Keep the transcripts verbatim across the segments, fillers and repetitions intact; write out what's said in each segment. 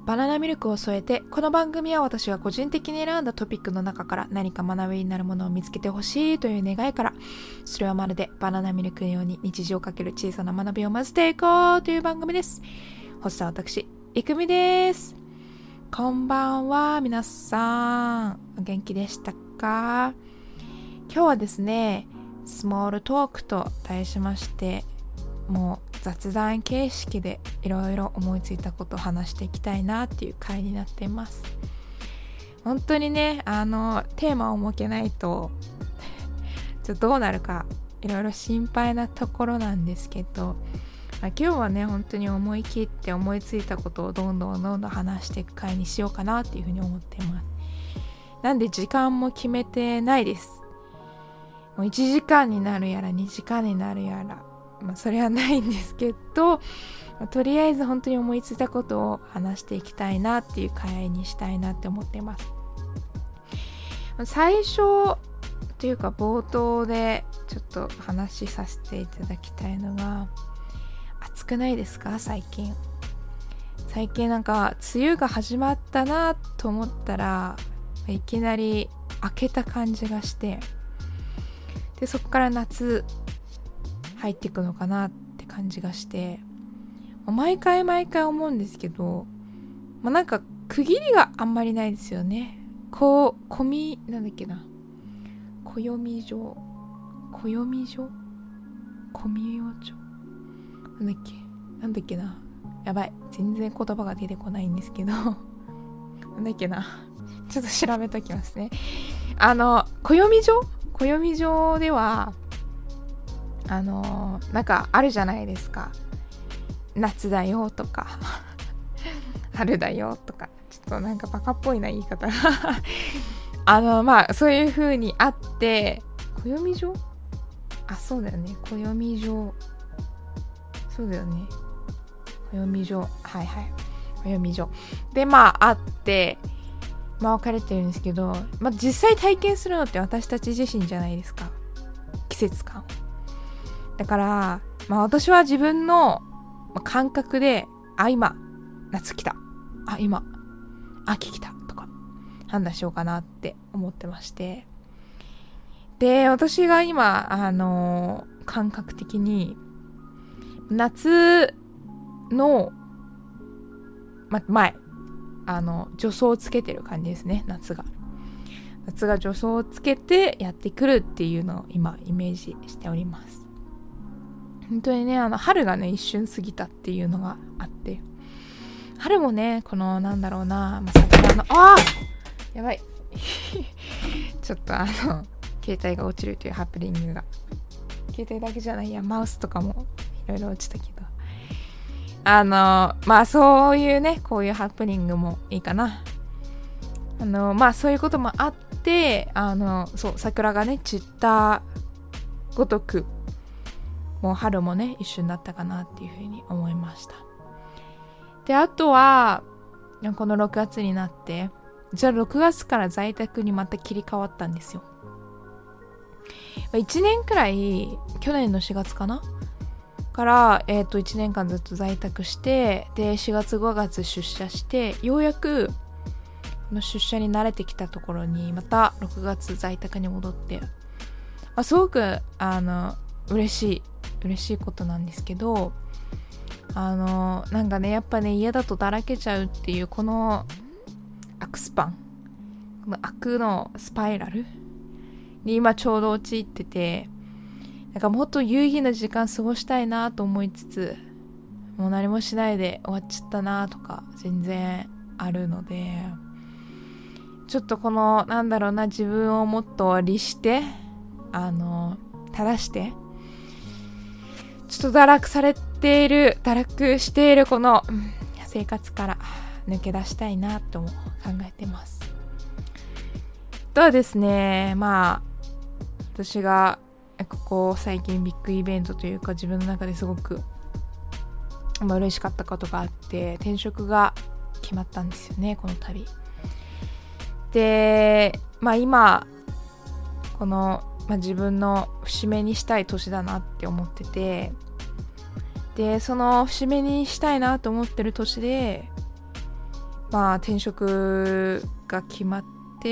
バナナミルクを添えて。この番組は私が個人的に選んだトピックの中から何か学びになるものを見つけてほしいという願いから、それはまるでバナナミルクのように日常をかける小さな学びを混ぜていこうという番組です。ホストは私、いくみです。こんばんは皆さん、お元気でしたか？今日はですね、スモールトークと題しまして、もう雑談形式でいろいろ思いついたことを話していきたいなっていう回になっています。本当にね、あのテーマを設けないとちょっとどうなるかいろいろ心配なところなんですけど、まあ、今日はね本当に思い切って思いついたことをどんどんどんどん話していく回にしようかなっていうふうに思っています。なんで時間も決めてないです。もういちじかんになるやらにじかんになるやら、まあ、それはないんですけど、まあ、とりあえず本当に思いついたことを話していきたいなっていう回にしたいなって思ってます。最初というか冒頭でちょっと話しさせていただきたいのが、暑くないですか？最近最近なんか梅雨が始まったなと思ったらいきなり明けた感じがして、でそこから夏入っていくのかなって感じがして、毎回毎回思うんですけど、まあ、なんか区切りがあんまりないですよね。こう、こみ、なんだっけな、暦上、暦上暦上上なんだっけ、なんだっけな、やばい、全然言葉が出てこないんですけど、なんだっけな、ちょっと調べときますね。あの、暦上暦上では、あのー、なんかあるじゃないですか。夏だよとか春だよとか、ちょっとなんかバカっぽいな言い方があのまあそういう風にあって、暦上あそうだよね暦上そうだよね暦上はいはい暦上でまああってまあ分かれてるんですけど、まあ実際体験するのって私たち自身じゃないですか、季節感。だから、まあ私は自分の感覚で、あ、今、夏来た。あ、今、秋来た。とか、判断しようかなって思ってまして。で、私が今、あのー、感覚的に、夏の、ま、前、あの、助走をつけてる感じですね、夏が。夏が助走をつけてやってくるっていうのを今、イメージしております。本当にね、あの春がね一瞬過ぎたっていうのがあって、春もねこのなんだろうな、まあ、桜のあーやばいちょっとあの携帯が落ちるというハプニングが、携帯だけじゃないやマウスとかもいろいろ落ちたけど、あのまあそういうねこういうハプニングもいいかな。あのまあそういうこともあって、あのそう桜がね散ったごとくもう春もね一緒になったかなっていうふうに思いました。であとはこのろくがつになって、じゃあろくがつから在宅にまた切り替わったんですよ。いちねんくらい、去年のしがつかなから、えー、といちねんかんずっと在宅して、でしがつごがつ出社して、ようやくこの出社に慣れてきたところにまたろくがつ在宅に戻って、まあ、すごくあの嬉しい嬉しいことなんですけど、あのなんかねやっぱね家だとだらけちゃうっていうこの悪スパン、この悪のスパイラルに今ちょうど陥ってて、なんかもっと有意義な時間過ごしたいなと思いつつ、もう何もしないで終わっちゃったなとか全然あるので、ちょっとこのなんだろうな、自分をもっと律してあの正してちょっと堕落されている、堕落しているこの、うん、生活から抜け出したいなとも考えてます。とはですね、まあ私がここ最近ビッグイベントというか自分の中ですごく、まあ、嬉しかったことがあって、転職が決まったんですよね、この度で。まあ今このまあ、自分の節目にしたい年だなって思ってて、でその節目にしたいなと思ってる年でまあ転職が決まって、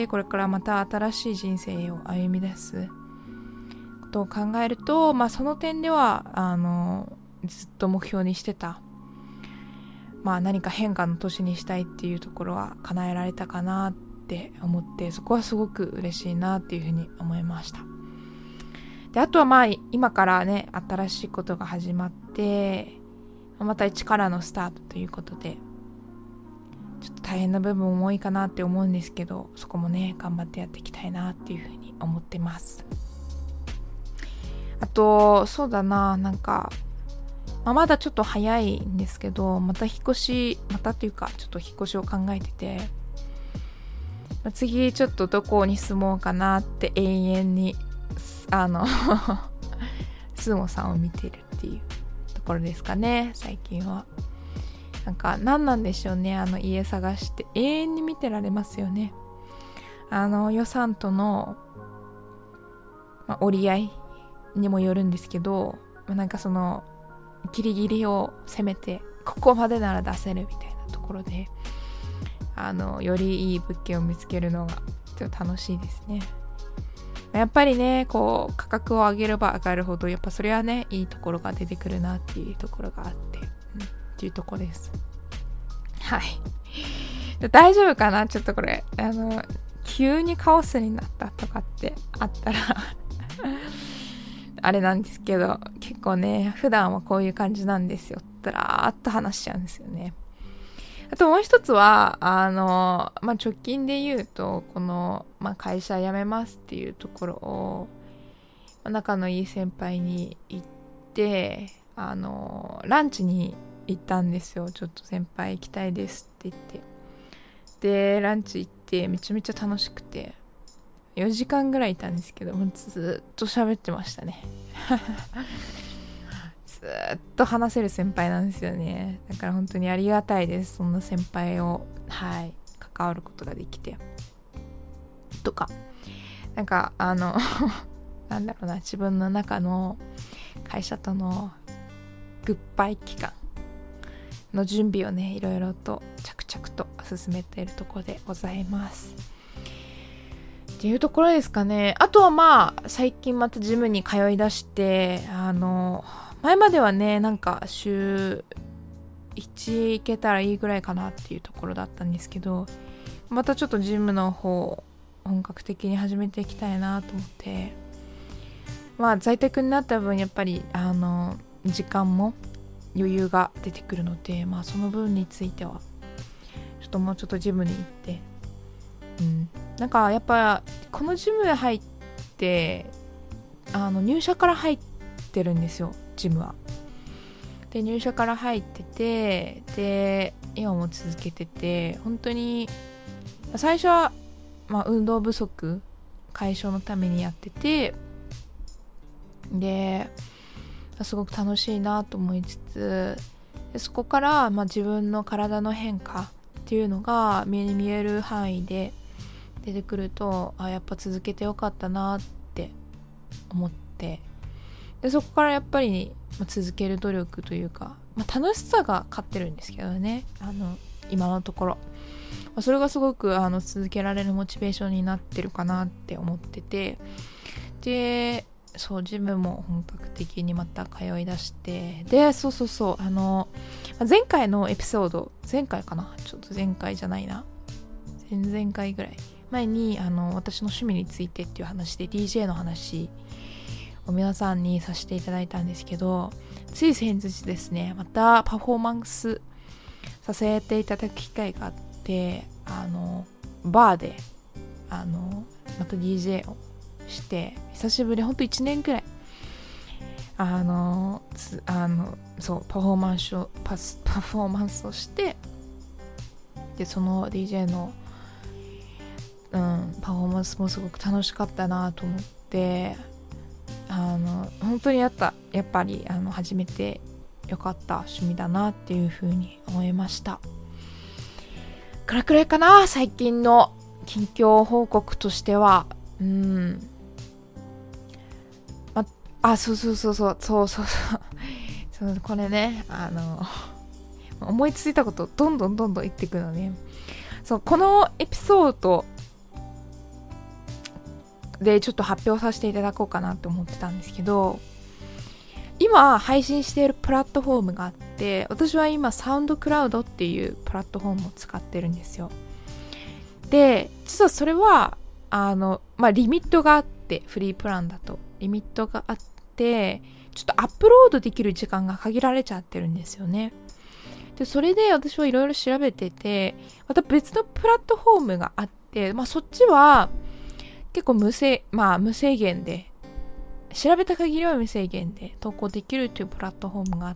これからまた新しい人生を歩み出すことを考えると、まあその点ではあのずっと目標にしてた、まあ何か変化の年にしたいっていうところは叶えられたかなって思って、そこはすごく嬉しいなっていうふうに思いました。で、あとはまあ今からね、新しいことが始まって、また一からのスタートということで、ちょっと大変な部分も多いかなって思うんですけど、そこもね頑張ってやっていきたいなっていうふうに思ってます。あとそうだな、なんか、まあ、まだちょっと早いんですけど、また引っ越しまたというかちょっと引っ越しを考えてて、まあ、次ちょっとどこに住もうかなって永遠にあのスーモさんを見てるっていうところですかね、最近は。なんか何なんでしょうね、あの家探して永遠に見てられますよね。あの予算との、まあ、折り合いにもよるんですけど、まあ、なんかそのギリギリを攻めてここまでなら出せるみたいなところで、あのよりいい物件を見つけるのがちょっと楽しいですね。やっぱりね、こう価格を上げれば上がるほどやっぱそれはね、いいところが出てくるなっていうところがあって、うん、っていうところです。はい。大丈夫かな、ちょっとこれあの急にカオスになったとかってあったらあれなんですけど、結構ね普段はこういう感じなんですよ。だらーっと話しちゃうんですよね。あともう一つはあの、まあ、直近で言うとこの、まあ、会社辞めますっていうところを、まあ、仲のいい先輩に行って、あのランチに行ったんですよ。ちょっと先輩行きたいですって言って、でランチ行ってめちゃめちゃ楽しくてよじかんぐらいいたんですけど、もうずっと喋ってましたねずっと話せる先輩なんですよね。だから本当にありがたいです、そんな先輩をはい関わることができて。とかなんかあのなんだろうな、自分の中の会社とのグッバイ期間の準備をね、いろいろと着々と進めているところでございますっていうところですかね。あとはまあ最近またジムに通い出して、あの前まではね、なんか週いち行けたらいいぐらいかなっていうところだったんですけど、またちょっとジムの方本格的に始めていきたいなと思って、まあ在宅になった分やっぱりあの時間も余裕が出てくるので、まあその分についてはちょっともうちょっとジムに行って、うん、なんかやっぱこのジムへ入ってあの入社から入ってるんですよ、ジムは。で入社から入ってて、で今も続けてて、本当に最初は、まあ、運動不足解消のためにやってて、ですごく楽しいなと思いつつ、でそこから、まあ、自分の体の変化っていうのが目に見える範囲で出てくると、あ、やっぱ続けてよかったなって思って、でそこからやっぱり、まあ、続ける努力というか、まあ、楽しさが勝ってるんですけどね、あの今のところ、まあ、それがすごくあの続けられるモチベーションになってるかなって思ってて、でそうジムも本格的にまた通い出して、でそうそうそうあの前回のエピソード前回かなちょっと前回じゃないな前々回ぐらい前にあの私の趣味についてっていう話で ディージェー の話を皆さんにさせていただいたんですけど、つい先日ですね、またパフォーマンスさせていただく機会があって、あのバーであのまた ディージェー をして久しぶり、ほんといちねんくらいあのあのそうパフォーマンスをパスパフォーマンスをして、でその ディージェー の、うん、パフォーマンスもすごく楽しかったなと思って、あの本当にやったやっぱりあの始めてよかった趣味だなっていう風に思いました。くらくらいかな、最近の近況報告としては。うん、まあそうそうそうそうそうそうそうこれね、あの思いついたことをどんどんどんどん言っていくのね。そうこのエピソードでちょっと発表させていただこうかなと思ってたんですけど、今配信しているプラットフォームがあって、私は今サウンドクラウドっていうプラットフォームを使ってるんですよ。で実はそれはあの、まあ、リミットがあって、フリープランだとリミットがあって、ちょっとアップロードできる時間が限られちゃってるんですよね。でそれで私はいろいろ調べてて、また別のプラットフォームがあって、まあ、そっちは結構無制、まあ、無制限で、調べた限りは無制限で投稿できるというプラットフォームがあって、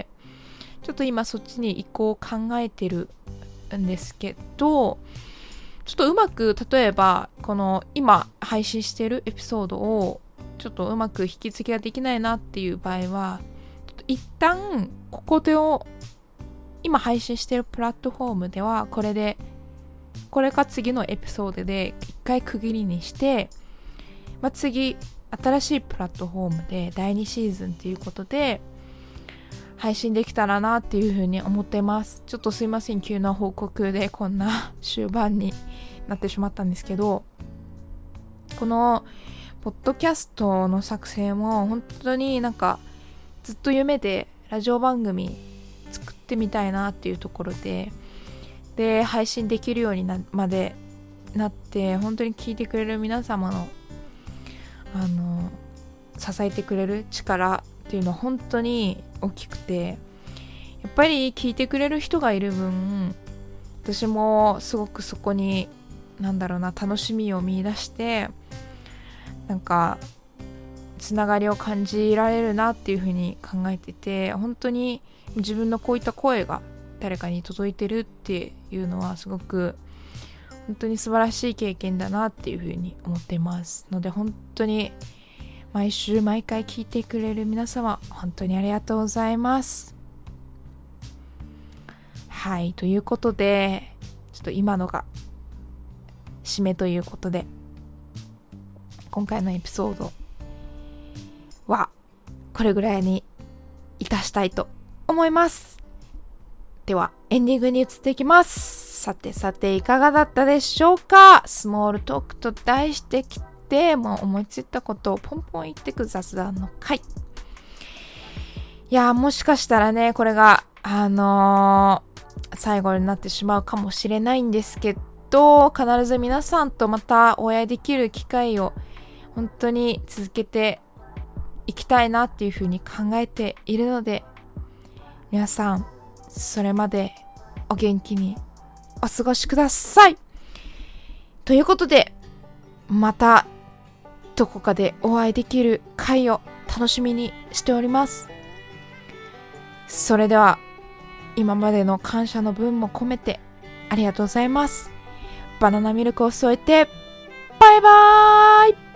ちょっと今そっちに移行を考えてるんですけど、ちょっとうまく、例えばこの今配信しているエピソードをちょっとうまく引き継ぎができないなっていう場合は、ちょっと一旦ここでを今配信しているプラットフォームではこれでこれか次のエピソードで一回区切りにして、まあ、次新しいプラットフォームでだいにシーズンということで配信できたらなっていうふうに思ってます。ちょっとすいません、急な報告でこんな終盤になってしまったんですけど、このポッドキャストの作成も本当になんかずっと夢でラジオ番組作ってみたいなっていうところで、で配信できるようになまでなって、本当に聞いてくれる皆様のあの支えてくれる力っていうのは本当に大きくて、やっぱり聞いてくれる人がいる分、私もすごくそこになんだろうな、楽しみを見出して、なんかつながりを感じられるなっていうふうに考えてて、本当に自分のこういった声が誰かに届いてるっていうのはすごく本当に素晴らしい経験だなっていうふうに思っていますので、本当に毎週毎回聞いてくれる皆様本当にありがとうございます。はい、ということでちょっと今のが締めということで、今回のエピソードはこれぐらいにいたしたいと思います。ではエンディングに移っていきます。さてさていかがだったでしょうか。スモールトークと題してきて、もう思いついたことをポンポン言ってく雑談の回。いやー、もしかしたらねこれがあのー、最後になってしまうかもしれないんですけど、必ず皆さんとまたお会いできる機会を本当に続けていきたいなっていうふうに考えているので、皆さんそれまでお元気にお過ごしください。ということで、またどこかでお会いできる回を楽しみにしております。それでは今までの感謝の分も込めてありがとうございます。バナナミルクを添えてバイバーイ。